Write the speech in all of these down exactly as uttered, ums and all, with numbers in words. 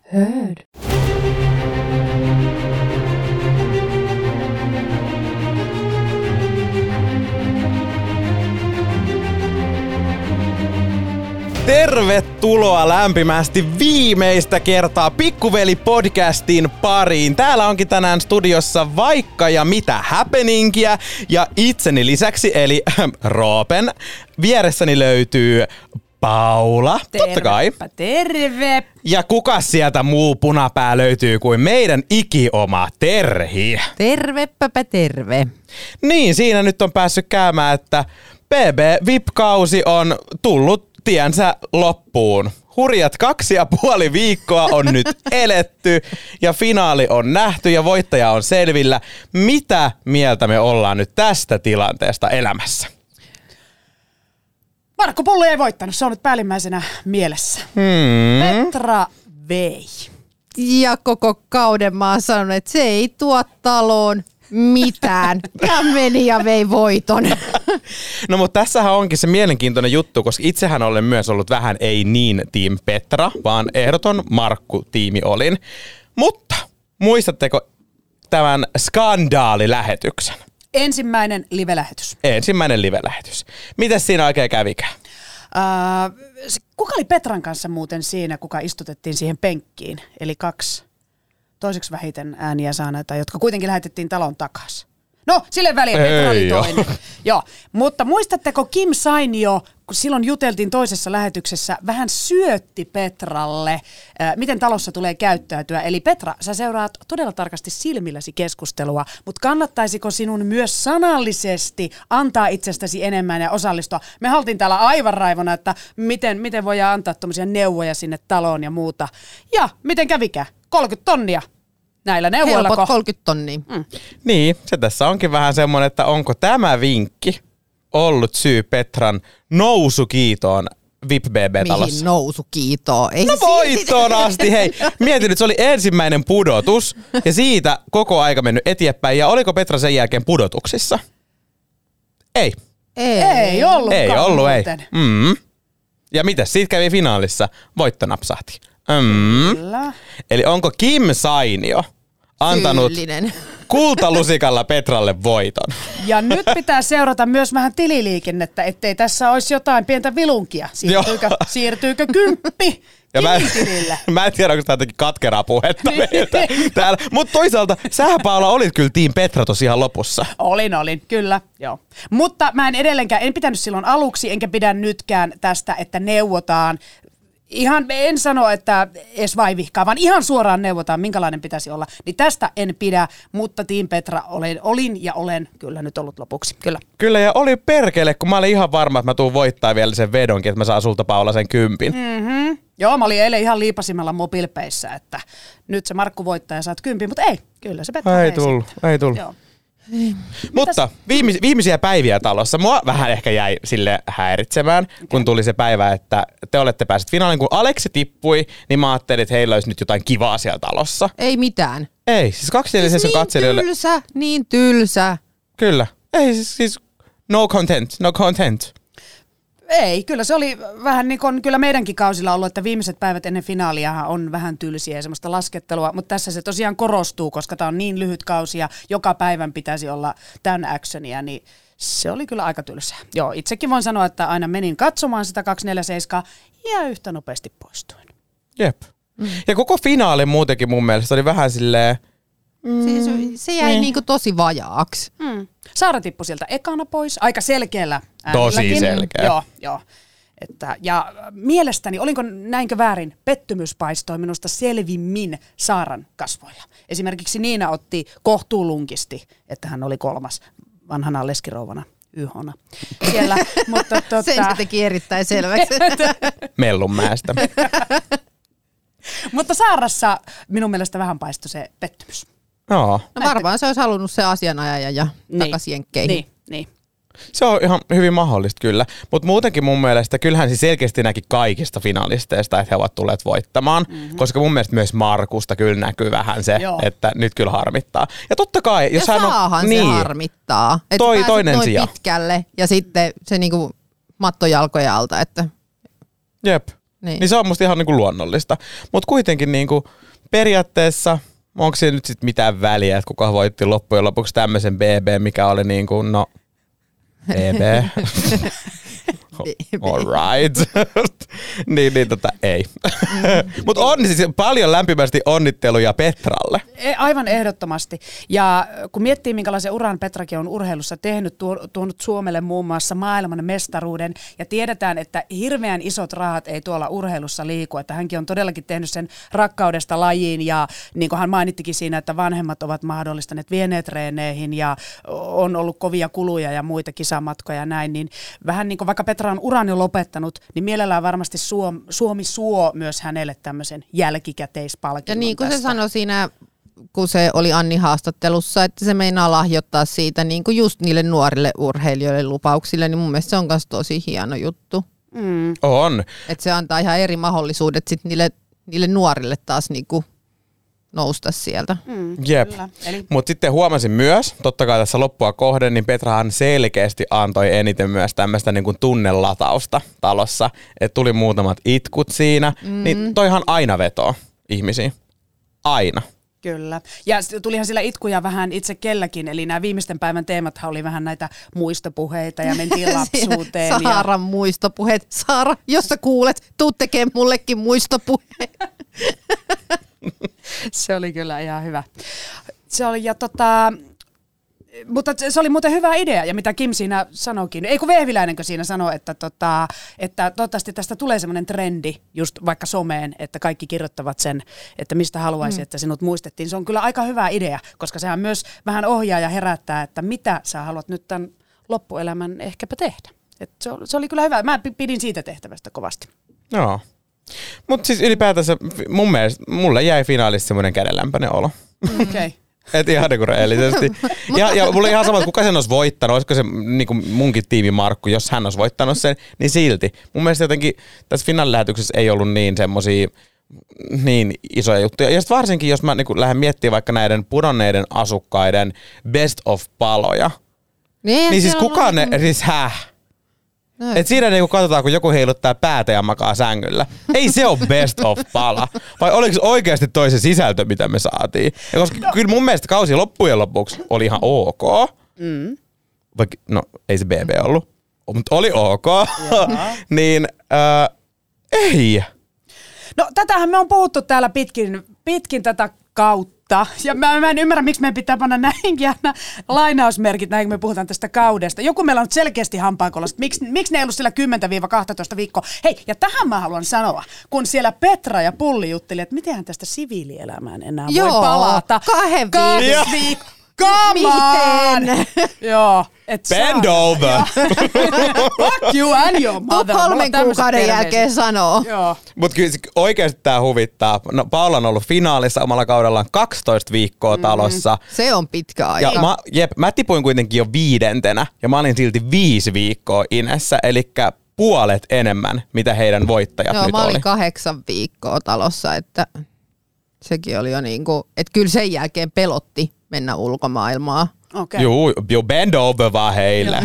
Heard. Tervetuloa lämpimästi viimeistä kertaa Pikkuveli-podcastin pariin. Täällä onkin tänään studiossa vaikka ja mitä happeningia ja itseni lisäksi eli Roopen. Vieressäni löytyy Paula, Tervepä, totta kai. Terve! Ja kuka sieltä muu punapää löytyy kuin meidän ikioma Terhi. Tervepäpä terve. Niin, siinä nyt on päässyt käymään, että B B V I P-kausi on tullut tiensä loppuun. Hurjat kaksi ja puoli viikkoa on nyt eletty ja finaali on nähty ja voittaja on selvillä. Mitä mieltä me ollaan nyt tästä tilanteesta elämässä? Markku Pulli ei voittanut, se on nyt päällimmäisenä mielessä. Hmm. Petra vei. Ja koko kauden mä oon sanonut, että se ei tuo taloon mitään. Ja meni ja vei voiton. No mutta tässähän onkin se mielenkiintoinen juttu, koska itsehän olen myös ollut vähän ei niin team Petra, vaan ehdoton Markku-tiimi olin. Mutta muistatteko tämän skandaalilähetyksen? Ensimmäinen live-lähetys. Ensimmäinen live-lähetys. Mitäs siinä oikein kävikään? Uh, kuka oli Petran kanssa muuten siinä, kuka istutettiin siihen penkkiin? Eli kaksi toiseksi vähiten ääniä saaneita, jotka kuitenkin lähetettiin talon takaisin. No, sille väliin Petra oli toinen. Joo. Mutta muistatteko Kim Sainio, kun silloin juteltiin toisessa lähetyksessä, vähän syötti Petralle, äh, miten talossa tulee käyttäytyä. Eli Petra, sä seuraat todella tarkasti silmilläsi keskustelua, mutta kannattaisiko sinun myös sanallisesti antaa itsestäsi enemmän ja osallistua? Me haltiin täällä aivan raivona, että miten, miten voidaan antaa tuommoisia neuvoja sinne taloon ja muuta. Ja miten kävikään? kolmekymmentä tonnia. Näillä neuvoilla. Helpot kolmekymmentä tonnia. Mm. Niin, se tässä onkin vähän semmoinen, että onko tämä vinkki ollut syy Petran nousukiitoon V I P B B-talossa? Mihin nousu kiitoo? Ei No voittoon asti, hei. Mietin nyt, se oli ensimmäinen pudotus ja siitä koko aika mennyt eteenpäin. Ja oliko Petra sen jälkeen pudotuksissa? Ei. Ei, Ei ollut. Ei ollut, ei. Mm. Ja mitäs, siitä kävi finaalissa? Voitto napsahti. Mm. Kyllä. Eli onko Kim Sainio antanut Syyllinen. kultalusikalla Petralle voiton? Ja nyt pitää seurata myös vähän tililiikennettä, ettei tässä olisi jotain pientä vilunkia. Siirtyykö, siirtyykö kymppi Ja mä, tilille? mä en tiedä, onko tämä jotenkin katkeraa puhetta meiltä täällä. Mutta toisaalta sähän, Paula, olit kyllä Team Petra tossa ihan lopussa. Olin, olin, kyllä, joo. Mutta mä en edelleenkään, en pitänyt silloin aluksi, enkä pidä nytkään tästä, että neuvotaan. Ihan, en sano, että edes vaivihkaa, vaan ihan suoraan neuvotaan, minkälainen pitäisi olla. Niin tästä en pidä, mutta Team Petra olen, olin ja olen kyllä nyt ollut lopuksi. Kyllä. Kyllä, ja oli perkele, kun mä olin ihan varma, että mä tuun voittaa vielä sen vedonkin, että mä saan sulta, Paula, sen kympin. Mm-hmm. Joo, mä olin eilen ihan liipasimella mobiilpeissä, että nyt se Markku voittaa ja saat kympin, mutta ei, kyllä se Petra. Ei tullut, ei tullut. Joo. Mutta viimeis, viimeisiä päiviä talossa mua vähän ehkä jäi sille häiritsemään, okay. kun tuli se päivä, että te olette päässeet finaaliin. Kun Aleksi tippui, niin mä ajattelin, että heillä olisi nyt jotain kivaa siellä talossa. Ei mitään. Ei, siis kaksineljäisen Siis niin katselijoille. tylsä, niin tylsä. Kyllä. Ei, siis, siis no content, no content. Ei, kyllä se oli vähän niin kuin kyllä meidänkin kausilla ollut, että viimeiset päivät ennen finaaliahan on vähän tylsiä ja semmoista laskettelua, mutta tässä se tosiaan korostuu, koska tämä on niin lyhyt kausi ja joka päivän pitäisi olla täynnä actionia, niin se oli kyllä aika tylsää. Joo, itsekin voin sanoa, että aina menin katsomaan sitä kaksisataaneljäkymmentäseitsemän ja yhtä nopeasti poistuin. Jep. Mm. Ja koko finaali muutenkin mun mielestä oli vähän silleen... Mm, siis se jäi niin. niinku tosi vajaaksi. Mm. Saara tippui sieltä ekana pois, aika selkeällä Tosi äänelläkin. selkeä. Joo, joo. Että, ja mielestäni, olinko näinkö väärin, pettymys paistoi minusta selvimmin Saaran kasvoilla. Esimerkiksi Niina otti kohtuulunkisti, että hän oli kolmas vanhana leskirouvana yhona siellä. Mutta, tuota... Sen se teki erittäin selväksi. Mellunmäestä. Mutta Saarassa minun mielestä vähän paistoi se pettymys. Joo. No varmaan se olisi halunnut se asianajaja ja niin. takaisin jenkkeihin. Niin, niin. Se on ihan hyvin mahdollista kyllä, mutta muutenkin mun mielestä kyllähän se selkeästi näki kaikista finalisteista, että he ovat tulleet voittamaan, mm-hmm. koska mun mielestä myös Markusta kyllä näkyy vähän se, Joo. että nyt kyllä harmittaa. Ja totta kai, jos ja hän on... saahan niin, se harmittaa, että toi, pääset toinen noin sija. pitkälle ja sitten se niinku matto jalkojen alta, että... Jep. Niin. niin se on musta ihan niinku luonnollista. Mutta kuitenkin niinku periaatteessa, onko se nyt sit mitään väliä, että kuka voitti loppujen lopuksi tämmöisen B B, mikä oli niinku, no, B B. All right. niin, niin tota, ei. Mm. Mutta on siis paljon lämpimästi onnitteluja Petralle. Aivan ehdottomasti. Ja kun miettii, minkälaisen uran Petrakin on urheilussa tehnyt, tuonut Suomelle muun muassa maailman mestaruuden, ja tiedetään, että hirveän isot rahat ei tuolla urheilussa liiku, että hänkin on todellakin tehnyt sen rakkaudesta lajiin, ja niin kuin hän mainittikin siinä, että vanhemmat ovat mahdollistaneet vieneet treeneihin, ja on ollut kovia kuluja ja muita kisamatkoja ja näin, niin vähän niin kuin vaikka Petra on uran jo lopettanut, niin mielellään varmasti Suomi, Suomi suo myös hänelle tämmöisen jälkikäteispalkinnon. Ja niin kuin tästä. se sanoi siinä, kun se oli Anni haastattelussa, että se meinaa lahjoittaa siitä niin kuin just niille nuorille urheilijoille lupauksille, niin mun mielestä se on myös tosi hieno juttu. Mm. On. Että se antaa ihan eri mahdollisuudet sit niille, niille nuorille taas niinku nousta sieltä. Mm, Jep. Eli... Mutta sitten huomasin myös, totta kai tässä loppua kohden, niin Petrahan selkeästi antoi eniten myös tämmöistä niin kuin tunnelatausta talossa. Että tuli muutamat itkut siinä, mm. niin toihan aina vetoo ihmisiin. Aina. Kyllä. Ja tulihan sillä itkuja vähän itse kelläkin, eli nämä viimeisten päivän teemathan oli vähän näitä muistopuheita ja mentiin lapsuuteen. Saaran ja... muistopuheet. Saara, jos sä kuulet, tuu tekemään mullekin muistopuheet. Se oli kyllä ihan hyvä. Se oli, ja tota, mutta se oli muuten hyvä idea, ja mitä Kim siinä sanoikin, ei kun Vehviläinenkö siinä sanoi, että, tota, että toivottavasti tästä tulee semmoinen trendi just vaikka someen, että kaikki kirjoittavat sen, että mistä haluaisi, mm. että sinut muistettiin. Se on kyllä aika hyvä idea, koska sehän myös vähän ohjaa ja herättää, että mitä sä haluat nyt tämän loppuelämän ehkäpä tehdä. Et se, oli, se oli kyllä hyvä. Mä pidin siitä tehtävästä kovasti. Joo. Mutta siis ylipäätänsä mun mielestä mulle jäi finaalissa semmoinen kädenlämpöinen olo. Okei. Okay. Et ihan niinku reellisesti. Ja, ja mulla ihan sama, että kuka sen olisi voittanut, olisiko se niinku munkin tiimi Markku, jos hän olisi voittanut sen, niin silti. Mun mielestä jotenkin tässä finaalilähetyksessä ei ollut niin semmosia niin isoja juttuja. Ja sitten varsinkin, jos mä niinku lähden miettimään vaikka näiden pudonneiden asukkaiden best of paloja, niin, niin siis kuka ne, siis häh? No, et siinä niinku katsotaan, kun joku heiluttaa päätä ja makaa sängyllä. Ei se ole best of pala. Vai oliko se oikeasti toi se sisältö, mitä me saatiin? Ja koska no. Kyllä mun mielestä kausi loppujen lopuksi oli ihan ok. Mm. Vaikka, no ei se B B ollut, mutta oli ok. niin äh, ei. No tätähän me on puhuttu täällä pitkin, pitkin tätä kautta. Ja mä, mä en ymmärrä, miksi meidän pitää panna näinkin aina lainausmerkit, näin kun me puhutaan tästä kaudesta. Joku meillä on selkeästi hampaankolosta. Miksi, miksi ne ei ollut sillä kymmenen kaksitoista viikkoa? Hei, ja tähän mä haluan sanoa, kun siellä Petra ja Pulli jutteli, että mitenhän tästä siviilielämään enää Joo, voi palata. kahden viikon. Come on! Joo. Bend over! Fuck you and your mother. Kolmen kuukauden jälkeen sanoo. Joo. Mut kyllä oikeasti tää huvittaa. No, Paula on ollut finaalissa omalla kaudellaan kaksitoista viikkoa talossa. Mm, se on pitkä aika. Ja mä, jep, mä tipuin kuitenkin jo viidentenä ja mä olin silti viisi viikkoa Inessä, eli puolet enemmän, mitä heidän voittajat Joo, nyt mä olin oli. kahdeksan viikkoa talossa, että sekin oli jo niinku, että kyllä sen jälkeen pelotti mennä ulkomaailmaan. Okay. Juu, jo bend over vaan heille.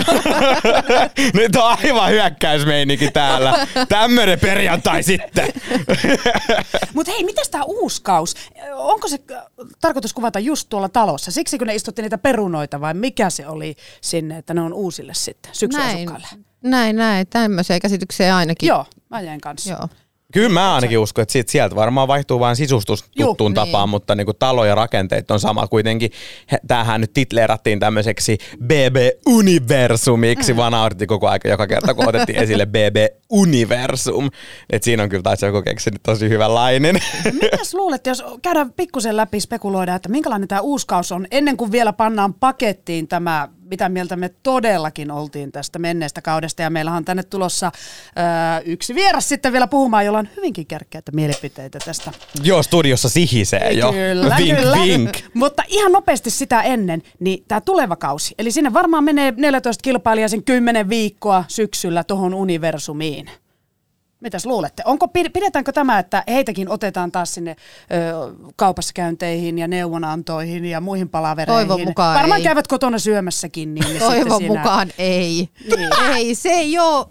Nyt on aivan hyökkäysmeininki täällä. Tämmönen perjantai sitten. Mut hei, mitäs tää uuskaus? Onko se tarkoitus kuvata just tuolla talossa? Siksi kun ne istutti niitä perunoita vai mikä se oli sinne, että ne on uusille sitten syksyasukkaille? Näin, näin. Tämmöisiä käsityksiä ainakin. Joo, mä jäin kanssa. Joo. Kyllä mä ainakin uskon, että siitä, sieltä varmaan vaihtuu vain sisustus tuttuun Juh, tapaan, niin. mutta niin kuin talo ja rakenteet on sama kuitenkin. Tämähän nyt titleerattiin tämmöiseksi B B-universumiksi, mm. vaan naurittiin koko aika joka kerta, kun otettiin esille B B-universum. Et siinä on kyllä taisi joku keksinyt tosi hyvänlainen. Mitäs luulet, jos käydään pikkusen läpi, spekuloida, että minkälainen tämä uuskaus on, ennen kuin vielä pannaan pakettiin tämä, mitä mieltä me todellakin oltiin tästä menneestä kaudesta, ja meillähän on tänne tulossa öö, yksi vieras sitten vielä puhumaan, jolla on hyvinkin kärkkäitä mielipiteitä tästä. Joo, studiossa sihisee jo. Kyllä, vink, kyllä. Vink. Mutta ihan nopeasti sitä ennen, niin tämä tuleva kausi, eli sinne varmaan menee neljätoista kilpailijaa sen kymmenen viikkoa syksyllä tuohon universumiin. Mitäs luulette? Onko, pidetäänkö tämä, että heitäkin otetaan taas sinne ö, kaupassa käynteihin ja neuvonantoihin ja muihin palavereihin? Toivon mukaan varmaan ei. käyvät kotona syömässäkin. Niin Toivon siinä... mukaan ei. Niin. Ei, se ei ole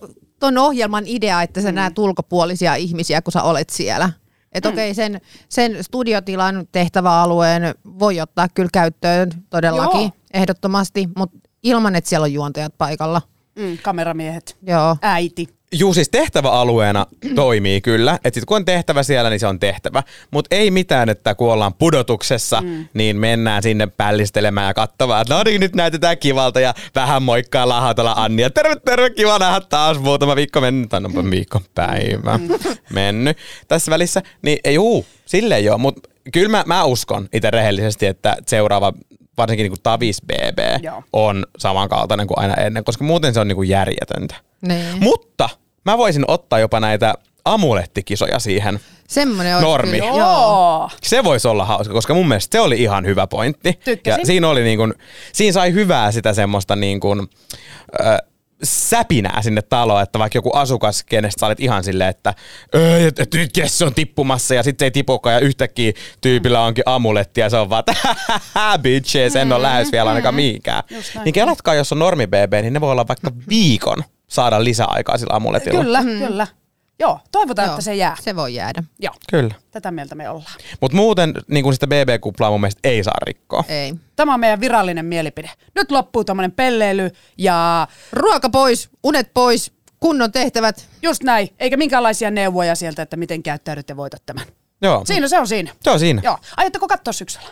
ton ohjelman idea, että sä mm. näet ulkopuolisia ihmisiä, kun sä olet siellä. Että mm. okei, okay, sen, sen studiotilan tehtäväalueen voi ottaa kyllä käyttöön todellakin, Joo. ehdottomasti, mutta ilman, että siellä on juontajat paikalla. Mm, kameramiehet, Joo. äiti. Juu, siis tehtäväalueena toimii kyllä. Että sit kun on tehtävä siellä, niin se on tehtävä. Mutta ei mitään, että kun ollaan pudotuksessa, mm. niin mennään sinne pällistelemään ja katsomaan, että no niin, nyt näytetään kivalta ja vähän moikkaillaan Hautala Annia. Terve, terve, kiva nähdä taas. Muutama viikko mennyt, tai no viikon päivä mm. mennyt tässä välissä. Niin juu, silleen joo. Mutta kyllä mä, mä uskon itse rehellisesti, että seuraava varsinkin niin kuin Tavis B B Joo. on samankaltainen kuin aina ennen, koska muuten se on niin kuin järjetöntä. Niin. Mutta mä voisin ottaa jopa näitä amulettikisoja siihen normiin. Joo. Se voisi olla hauska, koska mun mielestä se oli ihan hyvä pointti. Tykkäsin. Ja siinä, oli niin kuin, siinä sai hyvää sitä semmoista niin kuin, äh, säpinää sinne taloon, että vaikka joku asukas, kenestä sä olet ihan silleen, että et, et, nyt jes, se on tippumassa ja sitten se ei tipukaan ja yhtäkkiä tyypillä onkin amuletti ja se on vaan, että bitches, en ole lähes vielä ainakaan mihinkään. Niin kelatkaa, jos on normi B B, niin ne voi olla vaikka viikon saada lisäaikaa sillä amuletilla. Kyllä, mm. kyllä. Joo, toivotaan, Joo, että se jää. Se voi jäädä. Joo. Kyllä. Tätä mieltä me ollaan. Mutta muuten niin kun sitä B B-kuplaa mun mielestä ei saa rikkoa. Ei. Tämä on meidän virallinen mielipide. Nyt loppuu tommonen pelleily ja... Ruoka pois, unet pois, kunnon tehtävät. Just näin, eikä minkäänlaisia neuvoja sieltä, että miten käyttäydyt ja voitat tämän. Joo. Siinä se on siinä. Se on siinä. Joo. Aiotteko katsoa syksyllä?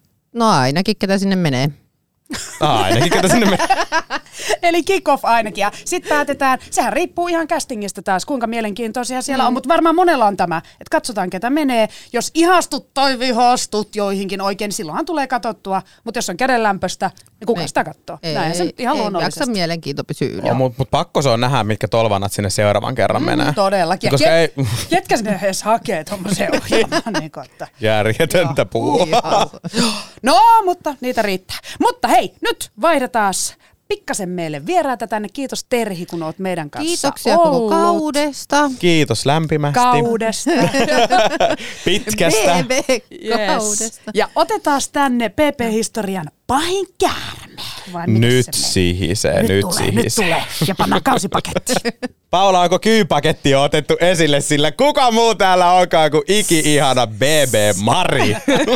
No ainakin, ketä sinne menee. Ainakin, ketä sinne menee. Eli kick-off ainakin. Ja sitten päätetään, sehän riippuu ihan castingista taas, kuinka mielenkiintoisia siellä mm. on, mutta varmaan monella on tämä, että katsotaan ketä menee. Jos ihastut tai vihastut joihinkin oikein, niin silloinhan tulee katsottua, mutta jos on kädenlämpöstä, niin kuka ei. sitä katsoo? Ei, Näinhän se ei, ihan ei luonnollisesti. jaksa mielenkiinto pysyä yllä. Mutta mut pakko se on nähdä, mitkä tolvanat sinne seuraavan kerran menee. Mm, todellakin. Koska Ket, ei... Ketkä sinne edes hakee tuommoisen ohjelman? Niin järjetöntä puhua. No, mutta niitä riittää. Mutta hei, nyt vaihdetaan pikkasen meille vieraata tänne. Kiitos Terhi, kun oot meidän kanssa Kiitoksia ollut. koko kaudesta. Kiitos lämpimästi. Kaudesta. Pitkästä. B B-kaudesta. Yes. Ja otetaan tänne P P-historian pahin käärme. Nyt sihisee, nyt, nyt sihisee. Nyt tulee, ja pannaan kausipaketti. Paula, onko kyypaketti jo otettu esille, sillä kuka muu täällä onkaan kuin iki-ihana B B Mari?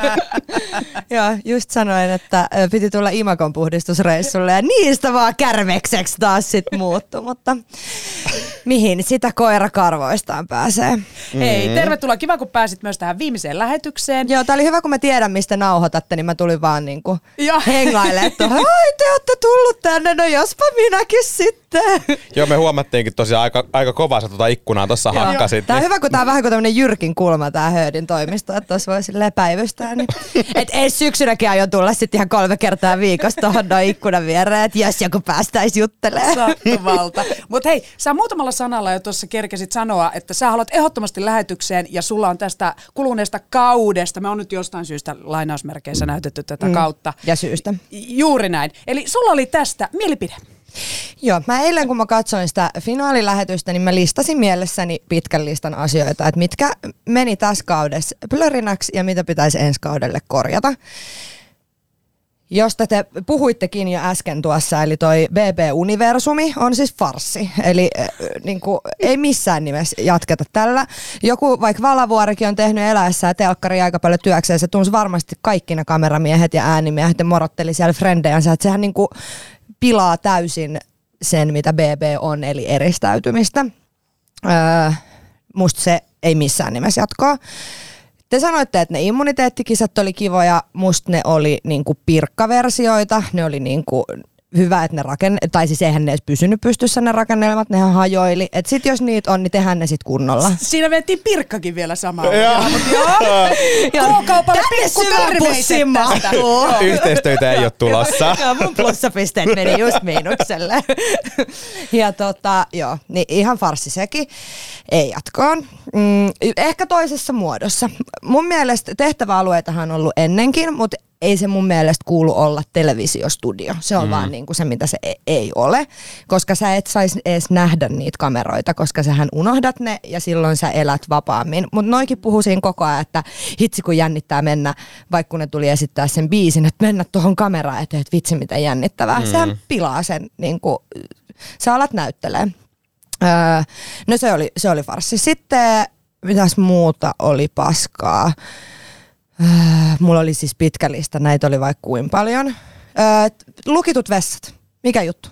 Joo, just sanoin, että piti tulla imakon puhdistusreissulle ja niistä vaan kärmekseksi taas sit muuttui, mutta mihin sitä koirakarvoistaan pääsee. Hei, tervetuloa. Kiva, kun pääsit myös tähän viimeiseen lähetykseen. Joo, tää oli hyvä, kun mä tiedän, mistä nauhoitatte, niin mä tulin vaan niinku Joo. hengailemaan, että ai te ootte tullut tänne, no jospa minäkin sitten. Joo, me huomattiinkin tosiaan aika, aika kovaa sä tuota ikkunaa tuossa hakkasit. Tää on niin. hyvä, kun tää on vähän kuin tämmönen Jyrkin kulma tää Höödin toimisto, että tuossa voi silleen päivystää. Niin. Et ensi syksynäkin aion tulla sitten ihan kolme kertaa viikossa tuohon noin ikkunan viereen, että jos joku päästäisi juttelemaan. Sattumalta. Mutta hei, sä muutamalla sanalla jo tuossa kerkesit sanoa, että sä haluat ehdottomasti lähetykseen ja sulla on tästä kuluneesta kaudesta, me on nyt jostain syystä lainausmerkeissä näytetty tätä mm. kautta. Ja syystä. Juuri näin. Eli sulla oli tästä mielipide. Joo, mä eilen kun mä katsoin sitä finaalilähetystä, niin mä listasin mielessäni pitkän listan asioita, että mitkä meni tässä kaudessa plörinäksi ja mitä pitäisi ensi kaudelle korjata. Josta te puhuittekin jo äsken tuossa, eli toi B B-universumi on siis farssi. Eli äh, niin kuin, ei missään nimessä jatketa tällä. Joku, vaikka Valavuorikin on tehnyt eläessään telkkaria aika paljon työkseen, se tunsi varmasti kaikki ne kameramiehet ja äänimiehet ja morotteli siellä frendejänsä, että sehän niin kuin pilaa täysin sen, mitä B B on, eli eristäytymistä. Öö, musta se ei missään nimessä jatkoa. Te sanoitte, että ne immuniteettikisat oli kivoja, musta ne oli niinku pirkkaversioita, ne oli niinku hyvä, että ne rakenne, tai siis eihän ne edes pysynyt pystyssä ne rakennelmat, nehän hajoili. Et sit jos niitä on, niin tehdään ne sit kunnolla. Siinä vettiin pirkkakin vielä samalla. Joo. K-kaupalle pikku terveiset tästä. Yhteistöitä ei ole tulossa. Joo, mun plussapisteet meni just miinukselle. Ja tota, joo, niin ihan farssi sekin. Ei jatkoon. Mm, ehkä toisessa muodossa. Mun mielestä tehtäväalueitahan on ollut ennenkin, mutta ei se mun mielestä kuulu olla televisiostudio. Se on mm. vaan niin kuin se, mitä se ei ole. Koska sä et saisi edes nähdä niitä kameroita, koska sähän unohdat ne ja silloin sä elät vapaammin. Mutta noikin puhuu siinä koko ajan, että hitsi kun jännittää mennä, vaikka kun ne tuli esittää sen biisin, että mennä tuohon kameraan eteen, että vitsi mitä jännittävää. Mm. Sehän pilaa sen, niin kuin, sä alat näyttelee. Öö, no se oli, se oli farssi. Sitten mitäs muuta oli paskaa? Öö, mulla oli siis pitkä lista, näitä oli vaikka kuin paljon. Öö, lukitut vessat. Mikä juttu?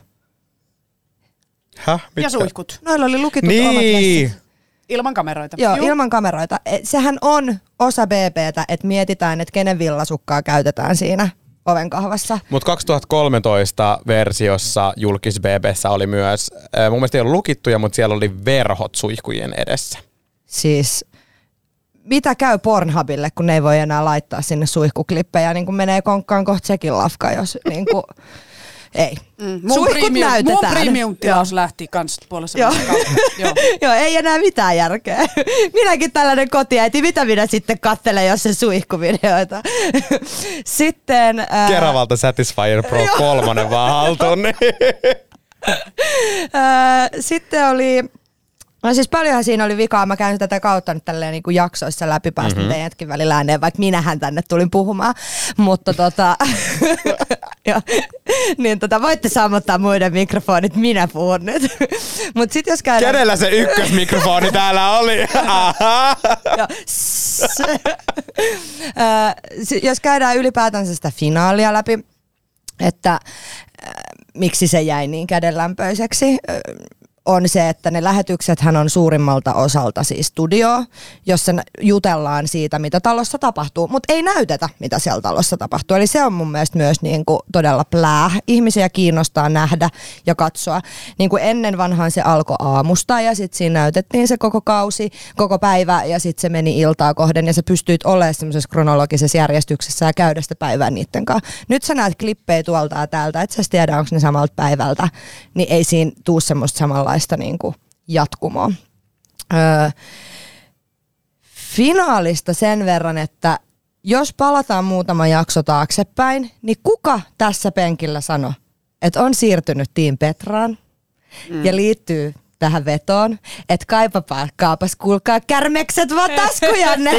Häh? Ja suihkut. Noilla oli lukitut niin. omat vessat. Ilman kameroita. Joo, Juh. ilman kameroita. Sehän on osa B B:tä, että mietitään, että kenen villasukkaa käytetään siinä ovenkahvassa. Mutta kaksituhattakolmetoista versiossa julkis B B:ssä oli myös, äh, mun mielestä ei ollut lukittuja, mutta siellä oli verhot suihkujen edessä. Siis mitä käy Pornhubille, kun ne ei voi enää laittaa sinne suihkuklippejä, niin kun menee konkkaan kohta sekin lafka, jos niin kuin, ei. Mm, Suihkut premium, näytetään. Mun premium-tilaus lähti kans puolessa Joo. kautta. Joo. Joo, ei enää mitään järkeä. Minäkin tällainen kotiäiti, mitä minä sitten katselen, jos se suihkuvideoita. Sitten... Ää... Keravalta Satisfyer Pro kolme vaan haltuun. Niin. ää, sitten oli... No siis paljonhan siinä oli vikaa. Mä käyn tätä kautta nyt tälleen niin kuin jaksoissa läpi, päästä mm-hmm. teidätkin välillä ääneen, vaikka minähän tänne tulin puhumaan. Mutta tota, jo, niin tota, voitte sammuttaa muiden mikrofonit, minä puhun nyt. Mut sit jos käydään... Kenellä se ykkösmikrofoni täällä oli? jo, jos käydään ylipäätänsä sitä finaalia läpi, että äh, miksi se jäi niin kädenlämpöiseksi, on se, että ne lähetyksethän on suurimmalta osalta siis studio, jossa jutellaan siitä, mitä talossa tapahtuu, mutta ei näytetä, mitä siellä talossa tapahtuu. Eli se on mun mielestä myös niin kuin todella plää. Ihmisiä kiinnostaa nähdä ja katsoa. Niin kuin ennen vanhaan se alkoi aamusta ja sitten siinä näytettiin se koko kausi, koko päivä ja sitten se meni iltaa kohden ja sä pystyit olemaan semmoisessa kronologisessa järjestyksessä ja käydä sitä päivää niiden kanssa. Nyt sä näet klippejä tuolta ja täältä, et sä tiedä, onko ne samalta päivältä, niin ei siinä tuu semmoista samanlaista niin kuin jatkumoa. Öö, finaalista sen verran, että jos palataan muutama jakso taaksepäin, niin kuka tässä penkillä sanoi, että on siirtynyt Team Petraan mm. ja liittyy tähän vetoon, että kaipapaa, kaapas kuulkaa kärmekset vaan taskujanne.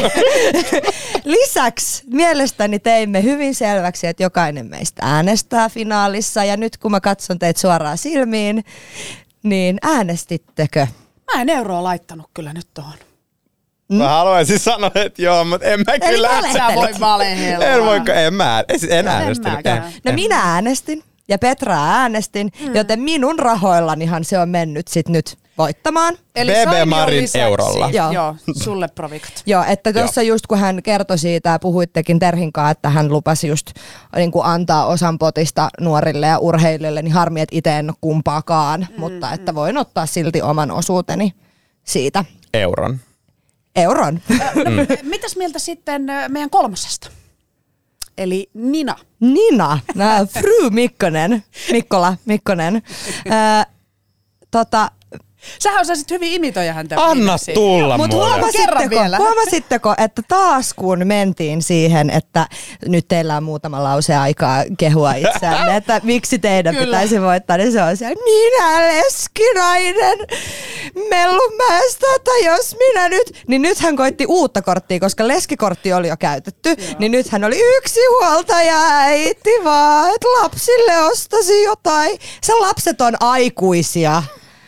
Lisäksi mielestäni teimme hyvin selväksi, että jokainen meistä äänestää finaalissa ja nyt kun mä katson teitä suoraan silmiin, niin äänestittekö? Mä en euroa laittanut kyllä nyt tohon. Mä haluaisin sanoa, että joo, mutta en mä Eli kyllä. Sä voi valehella. En voi, en mä, en äänestänyt. En, mäkään. No en. minä äänestin ja Petraa äänestin, mm. joten minun rahoillanihan se on mennyt sit nyt voittamaan. Eli B B Saimion Marin lisäksi- eurolla. Joo. Joo, sulle provikat. Joo, että tuossa just kun hän kertoi siitä ja puhuittekin Terhinkaan, että hän lupasi just niin kuin antaa osan potista nuorille ja urheilijoille, niin harmi, että itse en ole kumpaakaan, mm-hmm. mutta että voin ottaa silti oman osuuteni siitä. Euron. Euron. No, mm. Mitäs mieltä sitten ö, meidän kolmosesta? Eli Nina. Nina, nää, Fru Mikkonen, Mikkola Mikkonen. Ö, tota, Sähän osasit hyvin imitoida häntä. Anna viimeksi. tulla Mutta mulle. Kerran vielä. huomasitteko, huomasitteko, että taas kun mentiin siihen, että nyt teillä on muutama lause aikaa kehua itseänne, että miksi teidän Kyllä. pitäisi voittaa, niin se on siellä, minä leskinainen Mellunmäestä, tai jos minä nyt, niin nyt hän koitti uutta korttia, koska leskikortti oli jo käytetty, Joo. niin nyt hän oli yksi huoltaja äiti vaan, että lapsille ostasi jotain. Se lapset on aikuisia.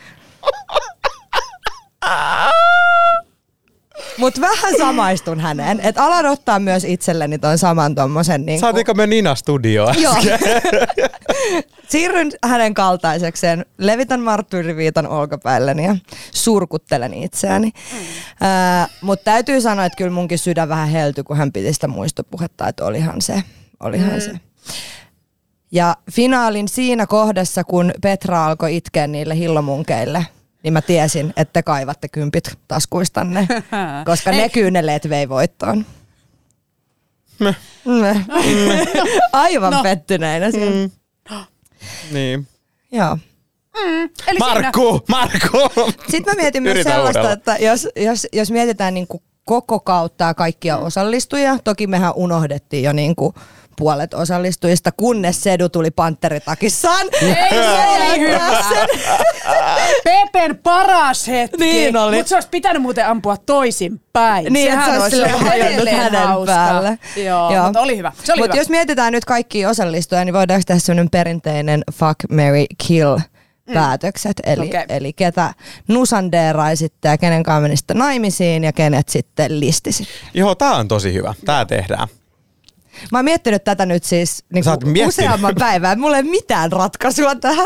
Mut vähän samaistun häneen, että alan ottaa myös itselleni ton saman tommosen niinku... Saatiinko me Nina studioon? Joo. Siirryn hänen kaltaisekseen, levitän marttyyriviitan olkapäilleni ja surkuttelen itseäni. Mm. Äh, Mutta täytyy sanoa, että kyllä munkin sydän vähän heltyi, kun hän piti sitä muistopuhetta, että olihan se. Olihan mm. se. Ja finaalin siinä kohdassa, kun Petra alkoi itkeä niille hillomunkeille, niin mä tiesin, että te kaivatte kympit taskuistanne, koska ne kyyneleet vei voittoon. Me. Me. Me. Aivan No. pettyneinä siellä. Mm. Niin. Joo. Mm, eli Markku, Markku! Sitten mä mietin myös Yritä sellaista, uudella. että jos, jos, jos mietitään niin kuin koko kautta kaikkia osallistujia, toki mehän unohdettiin jo niin kuin puolet osallistujista, kunnes Sedu tuli panteritakissaan. Ei se oli hyvä. Pepen paras hetki. Niin oli. Mutta se olisi pitänyt muuten ampua toisinpäin. Niin, että se olisi ollut hajonnut edelleen hänen hauska. päälle. Joo, Joo. mutta oli hyvä. Se oli Mutta hyvä. jos mietitään nyt kaikkia osallistujia, niin voidaanko tehdä sellainen perinteinen fuck, marry, kill mm. päätökset. Eli, Okay. eli ketä nusandeeraisitte ja kenen kanssa menisitte naimisiin ja kenet sitten listisit. Joo, tää on tosi hyvä. Tää tehdään. Mä oon miettinyt tätä nyt siis niin useamman päivän. Mulla ei mitään ratkaisua tähän.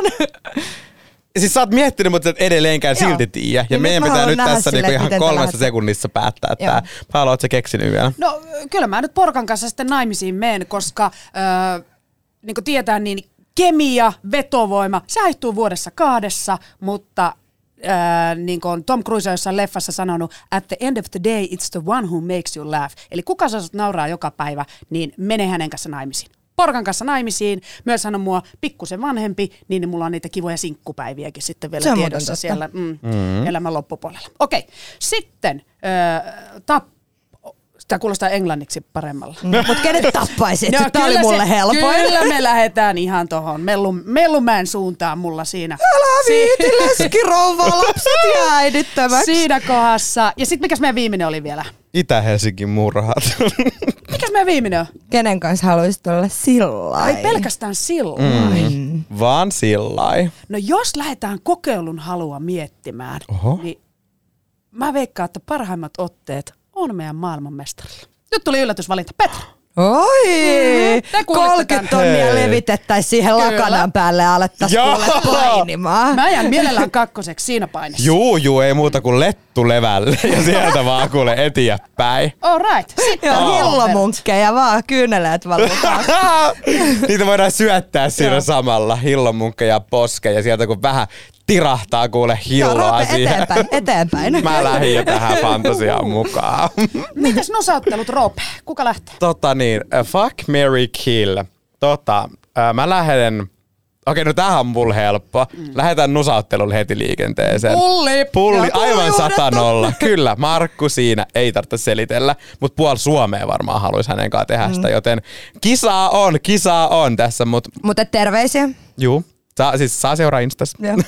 Siis sä oot miettinyt, mutta et edelleenkään Joo. silti tiedä. Ja, Ja meidän nyt mä pitää haluan nyt nähdä tässä silleen, niinku ihan miten te kolmessa lähdette. sekunnissa päättää Joo. tää. Paolo, oot sä keksinyt vielä? No kyllä mä nyt Porkan kanssa sitten naimisiin menen, koska äh, niin kuin tietää, niin kemia, vetovoima, se haihtuu vuodessa kahdessa, mutta äh, niin kuin Tom Cruise on jossain leffassa sanonut, at the end of the day it's the one who makes you laugh. Eli kuka sä nauraa joka päivä, niin mene hänen kanssa naimisiin. Porkan kanssa naimisiin, myös hän on mua pikkusen vanhempi, niin mulla on niitä kivoja sinkkupäiviäkin sitten vielä tiedossa siellä mm, mm. elämän loppupuolella. Okei, sitten äh, tap, tämä kuulostaa englanniksi paremmalla. Mm. Mutta kenet tappaisit? No, Tämä oli mulle se, helpoin. Kyllä me lähdetään ihan tuohon Mellun, Mellumäen suuntaan mulla siinä. Älä viiti, leskirouvaa, lapset jää äidittömäksi. Siinä kohdassa. Ja sitten mikäs meidän viimeinen oli vielä? Itä-Helsingin murhat. Mikäs meidän viimeinen on? Kenen kanssa haluaisit olla sillai? Ai pelkästään silloin. Mm. Vaan sillai. No jos lähdetään kokeilun halua miettimään, Oho. niin mä veikkaan, että parhaimmat otteet on meidän maailmanmestarilla. Nyt tuli yllätysvalinta. Petra. Oi! Te kuulitte kolmekymmentä tän. tonnia Hei. levitettäisiin siihen Kyllä. lakanan päälle ja alettaisiin Joo. kuule painimaan. Mä jään mielellään kakkoseksi siinä painissa. Juu, juu, ei muuta kuin lettu levälle ja sieltä vaan kuule eteenpäin. All right. Sitten Joo, Robert. hillomunkkeja vaan, kyyneleet valutaan. Niitä voidaan syöttää siinä samalla, hillonmunkkeja ja poskeja, ja sieltä kun vähän tirahtaa kuule Joo, hilloa Roope, siihen. eteenpäin, eteenpäin. Mä lähdin jo tähän fantasiaan mukaan. Mitäs nosauttelut, Roope? Kuka lähtee? Tota niin, uh, fuck, marry, kill. Tota, uh, mä lähden... Okei, no tämähän on mulle helppo. Mm. Lähdetään nusauttelulle heti liikenteeseen. Pulli! Pulli, Joo, aivan pulli sata uudettu. nolla. Kyllä, Markku siinä, ei tarvitse selitellä. Mutta puoli Suomea varmaan haluaisi hänen kanssaan tehdä sitä, joten kisaa on, kisaa on tässä. Mut, Mutta terveisiä. juu, saa, siis saa seuraa Instassa. Joo.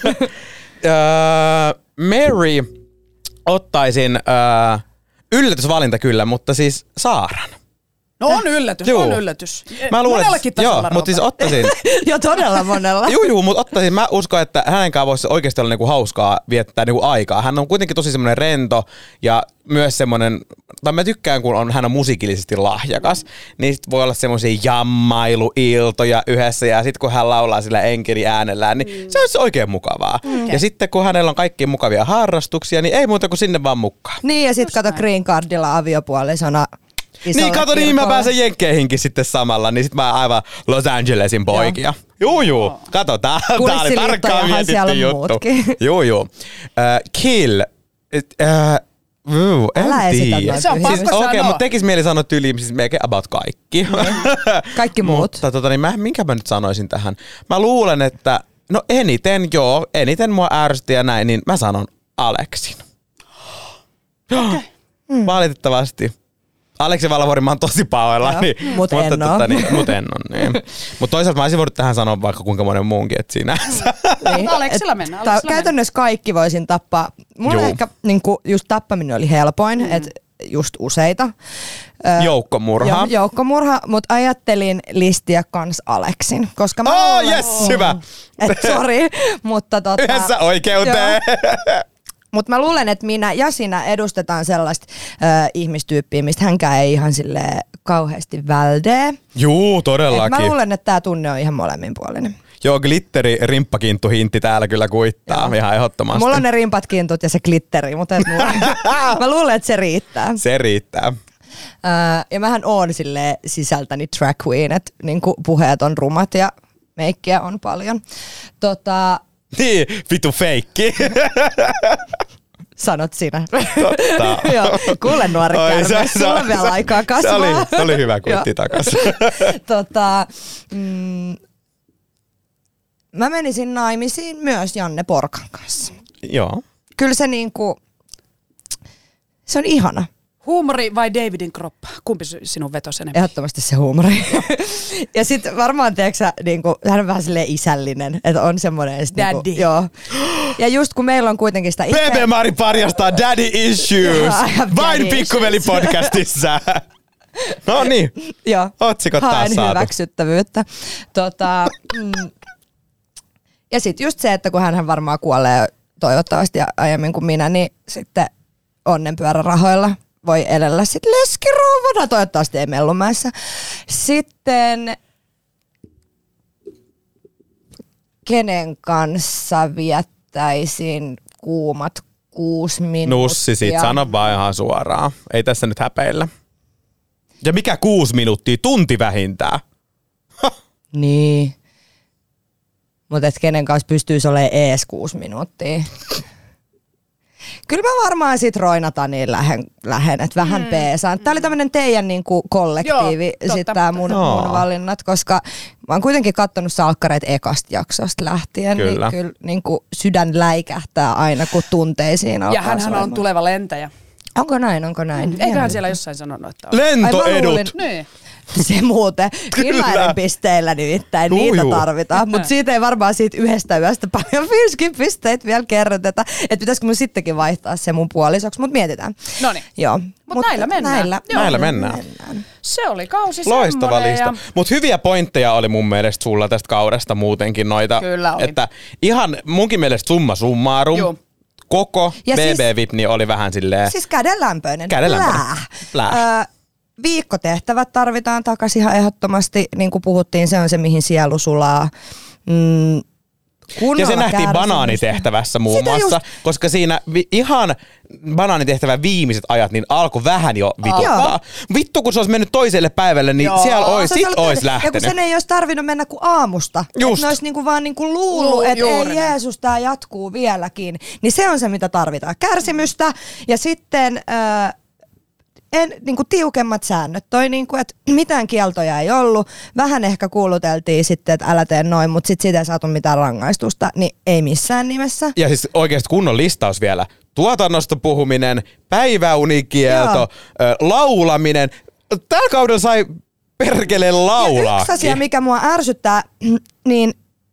Öö, Mary ottaisin öö, yllätysvalinta kyllä, mutta siis Saaran. No on yllätys, Juu. on yllätys. Mä luulen, Monellakin että, joo, tasolla, mutta siis Roope. ottaisin, Jo todella monella. juu, juu, mutta ottaisin, mä uskon, että hänen kanssaan voisi oikeasti olla niinku hauskaa viettää niinku aikaa. Hän on kuitenkin tosi semmoinen rento ja myös semmoinen, tai mä tykkään, kun on, hän on musiikillisesti lahjakas, niin sit voi olla semmoisia jammailuiltoja yhdessä, ja sitten kun hän laulaa sillä enkeli äänellään, niin mm. se olisi oikein mukavaa. Mm. Ja sitten kun hänellä on kaikki mukavia harrastuksia, niin ei muuta kuin sinne vaan mukaan. Niin ja sit kato Green Cardilla aviopuolisona. Niin kato, niin mä pääsen jenkkeihinkin sitten samalla, niin sit mä aivan Los Angelesin poikia. Juu, juu. Kato, tää, tää oli Kulissiliittojahan tarkkaan siellä mietitty on juttu. muutkin. Juu, juu. Uh, kill. Uh, uh, en Älä esitä tiedä. noin Se on tyhjiä. pakko Okei, sanoa. mutta tekis mieli sanoa tyyliin siis melkein about kaikki. Kaikki muut. Mutta tota, niin mä, minkä mä nyt sanoisin tähän? Mä luulen, että no eniten joo, eniten mua ärsytti ja näin, niin mä sanon Aleksin. Okay. Mm. Valitettavasti. Aleksi Valvuori mä oon tosi pahoilla. Niin, Mut mutta en oo. tota, niin, mut en oo, niin. Mutta toisaalta mä olisin voinut tähän sanoa vaikka kuinka monen muunkin, että sinänsä. Niin. Aleksilla Et mennään, ta- Aleksilla Käytännössä kaikki voisin tappaa. Mulla Juu. ehkä niinku, just tappaminen oli helpoin, mm. että just useita. Ö, Joukkomurha. jo- joukkomurha, mutta ajattelin listiä kans Aleksin. Koska mä Oh, luulen- yes, hyvä. Et sori, mutta tota... Yhdessä oikeuteen. Mutta mä luulen, että minä ja sinä edustetaan sellaista ö, ihmistyyppiä, mistä hänkään ei ihan sille kauheasti väldee. Juu, Et todellakin. mä luulen, että tää tunne on ihan molemminpuolinen. Joo, glitteri rimppakinttu hintti täällä kyllä kuittaa Joo. ihan ehdottomasti. Mulla on ne rimpat kintut ja se glitteri, mutta et mulla, mä luulen, että se riittää. Se riittää. Öö, ja mähän oon silleen sisältäni drag queen, että niinku puheet on rumat ja meikkiä on paljon. Tota, Niin, vitu feikki. sanot sinä. Totta. Joo, kuule nuori Oi, kärme, se- se- sulla on vielä aikaa Se kasvaa. oli, se oli hyvä kuitti Joo. takas. tota, mm, mä menisin naimisiin myös Janne Porkan kanssa. Joo. Kyllä se niinku, se on ihana. Huumori vai Davidin kroppa? Kumpi sinun vetosi enemmän? Ehdottomasti se huumori. Ja sitten varmaan, tiedätkö sä, niinku, hän on vähän silleen isällinen, että on semmoinen. Daddy. Niinku, joo. Ja just kun meillä on kuitenkin sitä P P Mari paljastaa daddy issues. I have Vain daddy Pikkuveli-podcastissa. No niin, joo, otsikot taas haen saatu. hyväksyttävyyttä. Tota, mm, Ja sitten just se, että kun hän varmaan kuolee toivottavasti aiemmin kuin minä, niin sitten onnenpyörärahoilla voi elellä sitten leskirouvana, toivottavasti ei Mellumäessä. Sitten kenen kanssa viettäisin kuumat kuusi minuuttia? Nussi, sit sano vaan ihan suoraan. Ei tässä nyt häpeillä. Ja mikä kuusi minuuttia? Tunti vähintään. Ha. Niin. Mutta et kenen kanssa pystyisi olemaan ees kuusi minuuttia. Kyllä mä varmaan sit Roinataniin lähen, lähen että vähän mm. peesaan. Tää oli tämmönen teidän niinku kollektiivi, Joo, sit tää mun, no. mun valinnat, koska mä oon kuitenkin kattonut salkkareita ekasta jaksosta lähtien. Kyllä. Niin kyllä niinku sydän läikähtää aina, kun tunteisiin alkaa Ja hänhän on tuleva lentäjä. Onko näin, onko näin? Eiköhän siellä jossain sanonut, että on. Lentoedut. Niin. Se muuten. Finlairin pisteillä nimittäin Juu, niitä juu. tarvitaan, mutta siitä ei varmaan siitä yhdestä yöstä paljon Finskin pisteitä vielä kerroteta. Että pitäisikö mun sittenkin vaihtaa se mun puolisoksi, mutta mietitään. Noniin. Joo. Mut näillä mennään. Näillä, Joo. Näillä mennään. mennään. Se oli kausi Loistava semmonen lista. ja- Mutta hyviä pointteja oli mun mielestä sulla tästä kaudesta muutenkin noita. Kyllä oli. Että ihan munkin mielestä summa summarum. Joo. Koko Ja B B siis- V I P niin oli vähän silleen. Siis kädenlämpöinen. Kädenlämpöinen. Plää. Plää. Ö, viikkotehtävät tarvitaan takaisin ihan ehdottomasti, niin kuin puhuttiin, se on se mihin sielu sulaa. Mm, Ja kunnolla se nähtiin kärsimystä. banaanitehtävässä muun Sitä muassa, just- koska siinä vi- ihan banaanitehtävän viimeiset ajat niin alkoi vähän jo vituttaa. Joo. Vittu, kun se olisi mennyt toiselle päivälle, niin Joo. siellä olisi, Se sit ollut- olisi Ja lähtenyt. kun sen ei olisi tarvinnut mennä kuin aamusta. Just. Että ne olisi niinku vaan niinku luullut, Luu- että ei juuri näin. Jeesus, tämä jatkuu vieläkin. Niin se on se, mitä tarvitaan. Kärsimystä ja sitten äh, en, niinku tiukemmat säännöt. Toi niinku, että mitään kieltoja ei ollut. Vähän ehkä kuuluteltiin sitten, että älä tee noin, mutta sitten siitä ei saatu mitään rangaistusta. Niin ei missään nimessä. Ja siis oikeasti kunnon listaus vielä. Tuotannosta puhuminen, päiväunikielto, ö, laulaminen. Tällä kaudella sai perkele laulaa. Ja yksi asia, mikä mua ärsyttää, niin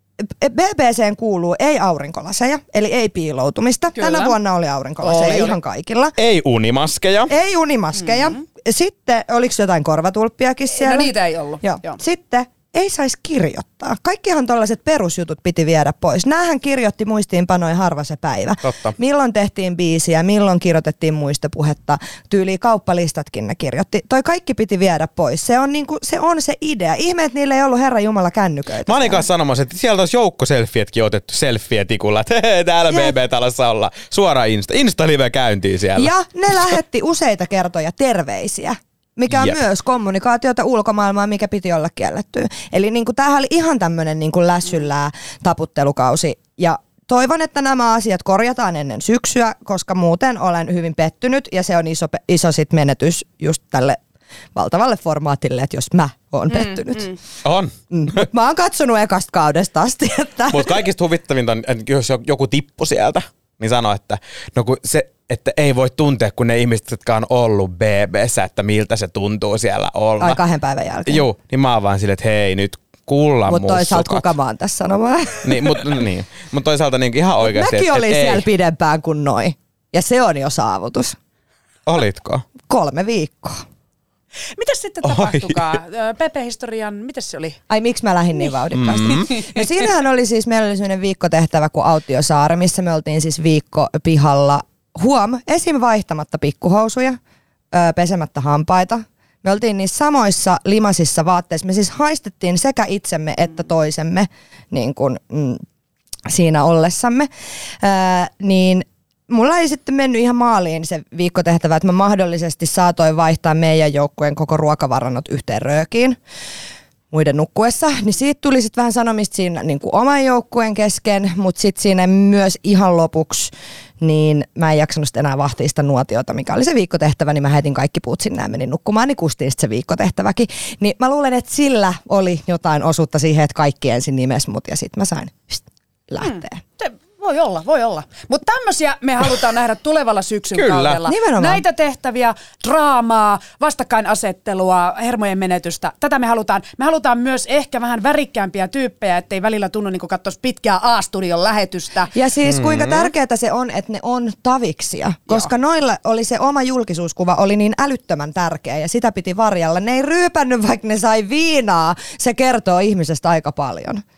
B B C:n kuuluu ei aurinkolaseja, eli ei piiloutumista. Kyllä. Tänä vuonna oli aurinkolaseja Oli, oli. ihan kaikilla. Ei unimaskeja. Ei unimaskeja. Mm-hmm. Sitten, oliko jotain korvatulppiakin siellä? No niitä ei ollut. Joo. Joo. Sitten ei saisi kirjoittaa. Kaikkihan tällaiset perusjutut piti viedä pois. Näähän kirjoitti muistiinpanoin harva se päivä. Totta. Milloin tehtiin biisiä, milloin kirjoitettiin muistopuhetta, tyyliin kauppalistatkin ne kirjoitti. Toi kaikki piti viedä pois. Se on, niinku, se, on se idea. Ihme, että niillä ei ollut Herran Jumala kännyköitä. Mä olin kanssa sanomassa, että sieltä olisi joukkoselfietkin otettu selfie-tikulla, että hei, täällä Jep. B B-talossa ollaan. Suora Insta. Insta-live käyntiin siellä. Ja ne lähetti useita kertoja terveisiä, mikä on Jep. myös kommunikaatiota ulkomaailmaan, mikä piti olla kiellettyä. Eli niin kuin, tämähän oli ihan tämmöinen niin kuin lässyllää taputtelukausi. Ja toivon, että nämä asiat korjataan ennen syksyä, koska muuten olen hyvin pettynyt ja se on iso, iso sit menetys just tälle valtavalle formaatille, että jos mä oon pettynyt. mm. On. Mm. Mä oon katsonut ekasta kaudesta asti. Että Mutta kaikista huvittavinta on, että jos joku tippu sieltä, niin sano, että no kun se, että ei voi tuntea, kun ne ihmiset, jotka on ollut B B:ssä, että miltä se tuntuu siellä olla. ai kahden päivän jälkeen. Joo, niin mä oon vaan silleen, että hei nyt kullan Mutta toisaalta mussukat. kuka mä oon tässä sanomaan. Niin, mutta niin. Mut toisaalta niin ihan oikeasti, Mäkin että olin et siellä ei. pidempään kuin noi. Ja se on jo saavutus. Olitko? Kolme viikkoa. Mitäs sitten Oi. tapahtukaan? P P-historian, mitäs se oli? Ai miksi mä lähdin niin vauhdikkaasti? Mm-hmm. No siinähän oli siis, meillä oli sellainen viikkotehtävä kuin Autiosaari, missä me oltiin siis viikko pihalla. Huom, esim. Vaihtamatta pikkuhousuja, öö, pesemättä hampaita. Me oltiin niissä samoissa limaisissa vaatteissa. Me siis haistettiin sekä itsemme että toisemme niin kuin, mm, siinä ollessamme. Öö, niin mulla ei sitten mennyt ihan maaliin se viikkotehtävä, että mä mahdollisesti saatoin vaihtaa meidän joukkueen koko ruokavarannot yhteen röökiin muiden nukkuessa. Niin siitä tuli sitten vähän sanomista siinä niin kuin oman joukkueen kesken, mutta sitten siinä myös ihan lopuksi niin mä en jaksanut sitten enää vahtia sitä nuotiota, mikä oli se viikkotehtävä, niin mä heitin kaikki puut sinne ja menin nukkumaan, niin kustiin sitten se viikkotehtäväkin. Niin mä luulen, että sillä oli jotain osuutta siihen, että kaikki ensin nimes mut ja sitten mä sain pst, lähteä. Se voi olla, voi olla. Mutta tämmöisiä me halutaan nähdä tulevalla syksyn Kyllä. kaudella. Nimenomaan. Näitä tehtäviä, draamaa, vastakkainasettelua, hermojen menetystä. Tätä me halutaan. Me halutaan myös ehkä vähän värikkäämpiä tyyppejä, ettei välillä tunnu niin kuin katsoisi pitkää A-studion lähetystä. Ja siis kuinka tärkeää se on, että ne on taviksia, koska noilla oli se oma julkisuuskuva oli niin älyttömän tärkeä ja sitä piti varjella. Ne ei ryypännyt, vaikka ne sai viinaa. Se kertoo ihmisestä aika paljon.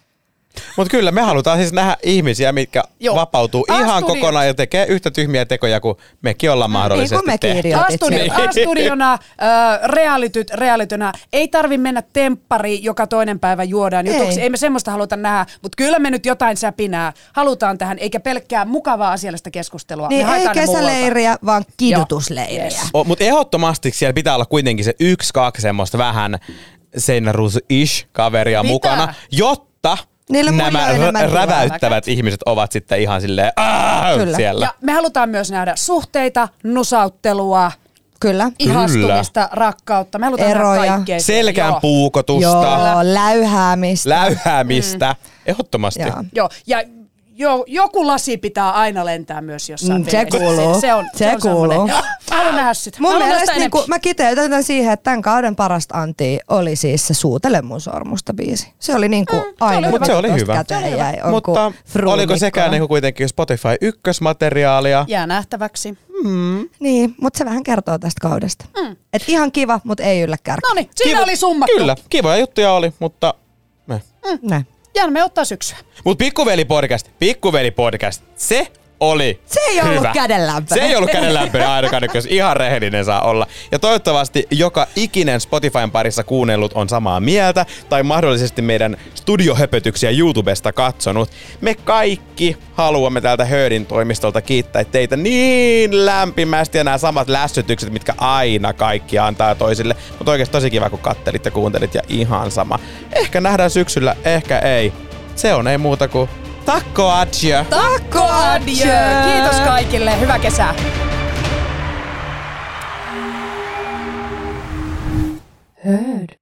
Mutta kyllä me halutaan siis nähdä ihmisiä, mitkä Joo. vapautuu A-studio. ihan kokonaan ja tekee yhtä tyhmiä tekoja kuin mekin ollaan mahdollisesti Niin kuin mekin tehty. idiotit A-studio, siellä. A-studiona, äh, realityt, realitynä. Ei tarvi mennä temppari, joka toinen päivä juodaan jutuksi. Ei. Ei me semmoista haluta nähdä, mutta kyllä me nyt jotain säpinää halutaan tähän, eikä pelkkää mukavaa asiallista keskustelua. Niin me ei haetaan ne muualta. kesäleiriä, vaan kidutusleiriä. Yes. O, mutta ehdottomasti siellä pitää olla kuitenkin se yksi, kaksi semmoista vähän seinäruusu-ish kaveria Pitää. mukana, jotta Niille muille nämä on enemmän r- räväyttävät ihmiset ovat sitten ihan silleen "Aah!" Kyllä. siellä. Ja me halutaan myös nähdä suhteita, nusauttelua, Kyllä. ihastumista, rakkautta. Me halutaan Eroja. nähdä kaikkea. Selkään Joo. puukotusta, Joo, läyhäämistä. läyhäämistä, ehdottomasti. Joo. Joo, ja jo, joku lasi pitää aina lentää myös jossain Mm, se veneessä. kuuluu. Se, se on, Se on kuuluu. semmoinen. Mä haluan nähdä sitä. Mun Mä haluan mielestä nähdä niin sitä mä kiteytän tämän siihen, että tämän kauden parasta antia oli siis se Suutele mun sormusta biisi. Se oli niin kuin mm, aina. Mut se oli hyvä. Käteen jäi, on Mutta kuin oliko fruunikkoa. sekään niinku kuitenkin Spotify ykkösmateriaalia? Jää nähtäväksi. Niin, mutta se vähän kertoo tästä kaudesta. Mm. Et ihan kiva, mutta ei yllä kärki. No niin, siinä oli summattu. Kyllä, kivoja juttuja oli, mutta... Ne. Näin. Jäämme ottaa syksyä. Mut Pikkuveli-podcast, Pikkuveli-podcast, se oli Se ei hyvä. ollut kädenlämpöinen. Se ei ollut kädenlämpöinen ainakaan, jos ihan rehellinen saa olla. Ja toivottavasti joka ikinen Spotifyn parissa kuunnellut on samaa mieltä, tai mahdollisesti meidän studiohöpötyksiä YouTubesta katsonut. Me kaikki haluamme täältä Höödin toimistolta kiittää teitä niin lämpimästi ja nämä samat lässytykset, mitkä aina kaikki antaa toisille. Mutta oikeasti tosi kiva, kun kattelit ja kuuntelit ja ihan sama. Ehkä nähdään syksyllä, ehkä ei. Se on ei muuta kuin takko adjö. Takko adieu. Kiitos kaikille. Hyvää kesää. Hörd.